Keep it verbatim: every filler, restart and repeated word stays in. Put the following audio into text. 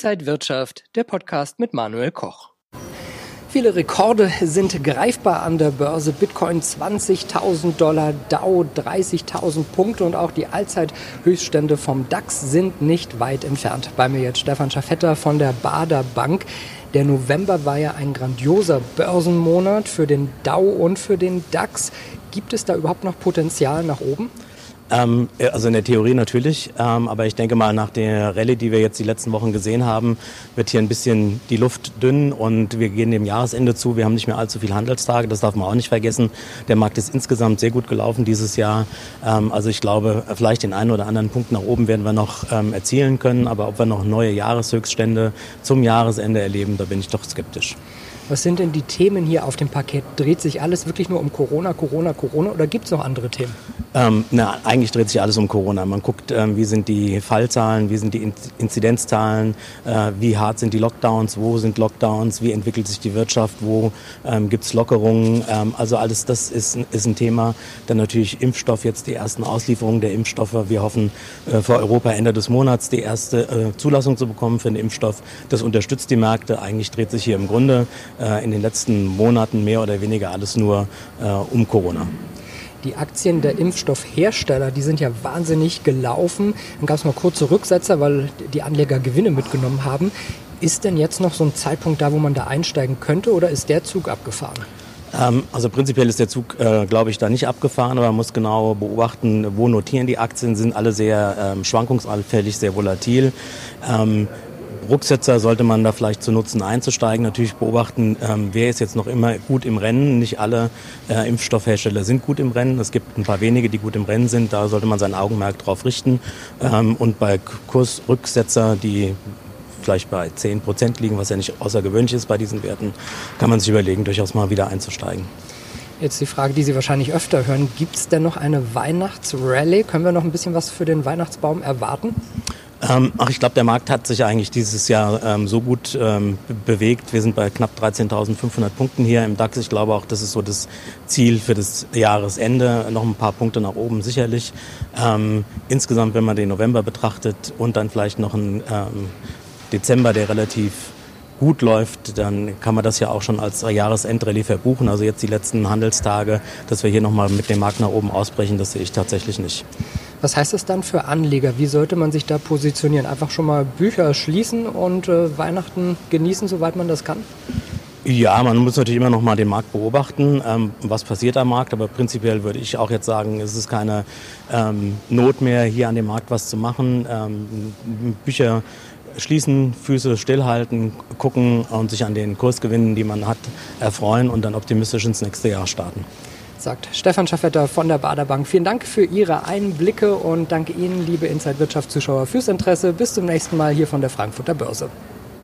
Inside Wirtschaft, der Podcast mit Manuel Koch. Viele Rekorde sind greifbar an der Börse. Bitcoin zwanzigtausend Dollar, Dow dreißigtausend Punkte und auch die Allzeithöchststände vom DAX sind nicht weit entfernt. Bei mir jetzt Stefan Schaffetter von der Baader Bank. Der November war ja ein grandioser Börsenmonat für den Dow und für den DAX. Gibt es da überhaupt noch Potenzial nach oben? Ähm, also in der Theorie natürlich, ähm, aber ich denke mal, nach der Rallye, die wir jetzt die letzten Wochen gesehen haben, wird hier ein bisschen die Luft dünn und wir gehen dem Jahresende zu. Wir haben nicht mehr allzu viele Handelstage, das darf man auch nicht vergessen. Der Markt ist insgesamt sehr gut gelaufen dieses Jahr. Ähm, also ich glaube, vielleicht den einen oder anderen Punkt nach oben werden wir noch ähm, erzielen können, aber ob wir noch neue Jahreshöchststände zum Jahresende erleben, da bin ich doch skeptisch. Was sind denn die Themen hier auf dem Parkett? Dreht sich alles wirklich nur um Corona, Corona, Corona oder gibt es noch andere Themen? Ähm, na, eigentlich dreht sich alles um Corona. Man guckt, ähm, wie sind die Fallzahlen, wie sind die Inzidenzzahlen, äh, wie hart sind die Lockdowns, wo sind Lockdowns, wie entwickelt sich die Wirtschaft, wo ähm, gibt es Lockerungen. Ähm, also alles das ist, ist ein Thema. Dann natürlich Impfstoff, jetzt die ersten Auslieferungen der Impfstoffe. Wir hoffen äh, für Europa Ende des Monats die erste äh, Zulassung zu bekommen für den Impfstoff. Das unterstützt die Märkte. Eigentlich dreht sich hier im Grunde in den letzten Monaten mehr oder weniger alles nur äh, um Corona. Die Aktien der Impfstoffhersteller, die sind ja wahnsinnig gelaufen. Dann gab es mal kurze Rücksetzer, weil die Anleger Gewinne mitgenommen haben. Ist denn jetzt noch so ein Zeitpunkt da, wo man da einsteigen könnte oder ist der Zug abgefahren? Ähm, also prinzipiell ist der Zug, äh, glaube ich, da nicht abgefahren, aber man muss genau beobachten, wo notieren die Aktien, sind alle sehr ähm, schwankungsanfällig, sehr volatil. Ähm, Rücksetzer sollte man da vielleicht zu nutzen, einzusteigen. Natürlich beobachten, ähm, wer ist jetzt noch immer gut im Rennen. Nicht alle äh, Impfstoffhersteller sind gut im Rennen. Es gibt ein paar wenige, die gut im Rennen sind. Da sollte man sein Augenmerk drauf richten. Ähm, und bei Kursrücksetzer, die vielleicht bei zehn Prozent liegen, was ja nicht außergewöhnlich ist bei diesen Werten, kann man sich überlegen, durchaus mal wieder einzusteigen. Jetzt die Frage, die Sie wahrscheinlich öfter hören. Gibt es denn noch eine Weihnachtsrallye? Können wir noch ein bisschen was für den Weihnachtsbaum erwarten? Ähm, ach, ich glaube, der Markt hat sich eigentlich dieses Jahr ähm, so gut ähm, bewegt. Wir sind bei knapp dreizehntausendfünfhundert Punkten hier im DAX. Ich glaube auch, das ist so das Ziel für das Jahresende. Noch ein paar Punkte nach oben sicherlich. Ähm, insgesamt, wenn man den November betrachtet und dann vielleicht noch einen ähm, Dezember, der relativ gut läuft, dann kann man das ja auch schon als Jahresendrallye verbuchen. Also jetzt die letzten Handelstage, dass wir hier nochmal mit dem Markt nach oben ausbrechen, das sehe ich tatsächlich nicht. Was heißt das dann für Anleger? Wie sollte man sich da positionieren? Einfach schon mal Bücher schließen und äh, Weihnachten genießen, soweit man das kann? Ja, man muss natürlich immer noch mal den Markt beobachten, ähm, was passiert am Markt. Aber prinzipiell würde ich auch jetzt sagen, es ist keine ähm, Not mehr, hier an dem Markt was zu machen. Ähm, Bücher schließen, Füße stillhalten, gucken und sich an den Kursgewinnen, die man hat, erfreuen und dann optimistisch ins nächste Jahr starten. Sagt Stefan Schaffetter von der Baader Bank. Vielen Dank für Ihre Einblicke und danke Ihnen, liebe Inside Wirtschaft Zuschauer, fürs Interesse. Bis zum nächsten Mal hier von der Frankfurter Börse.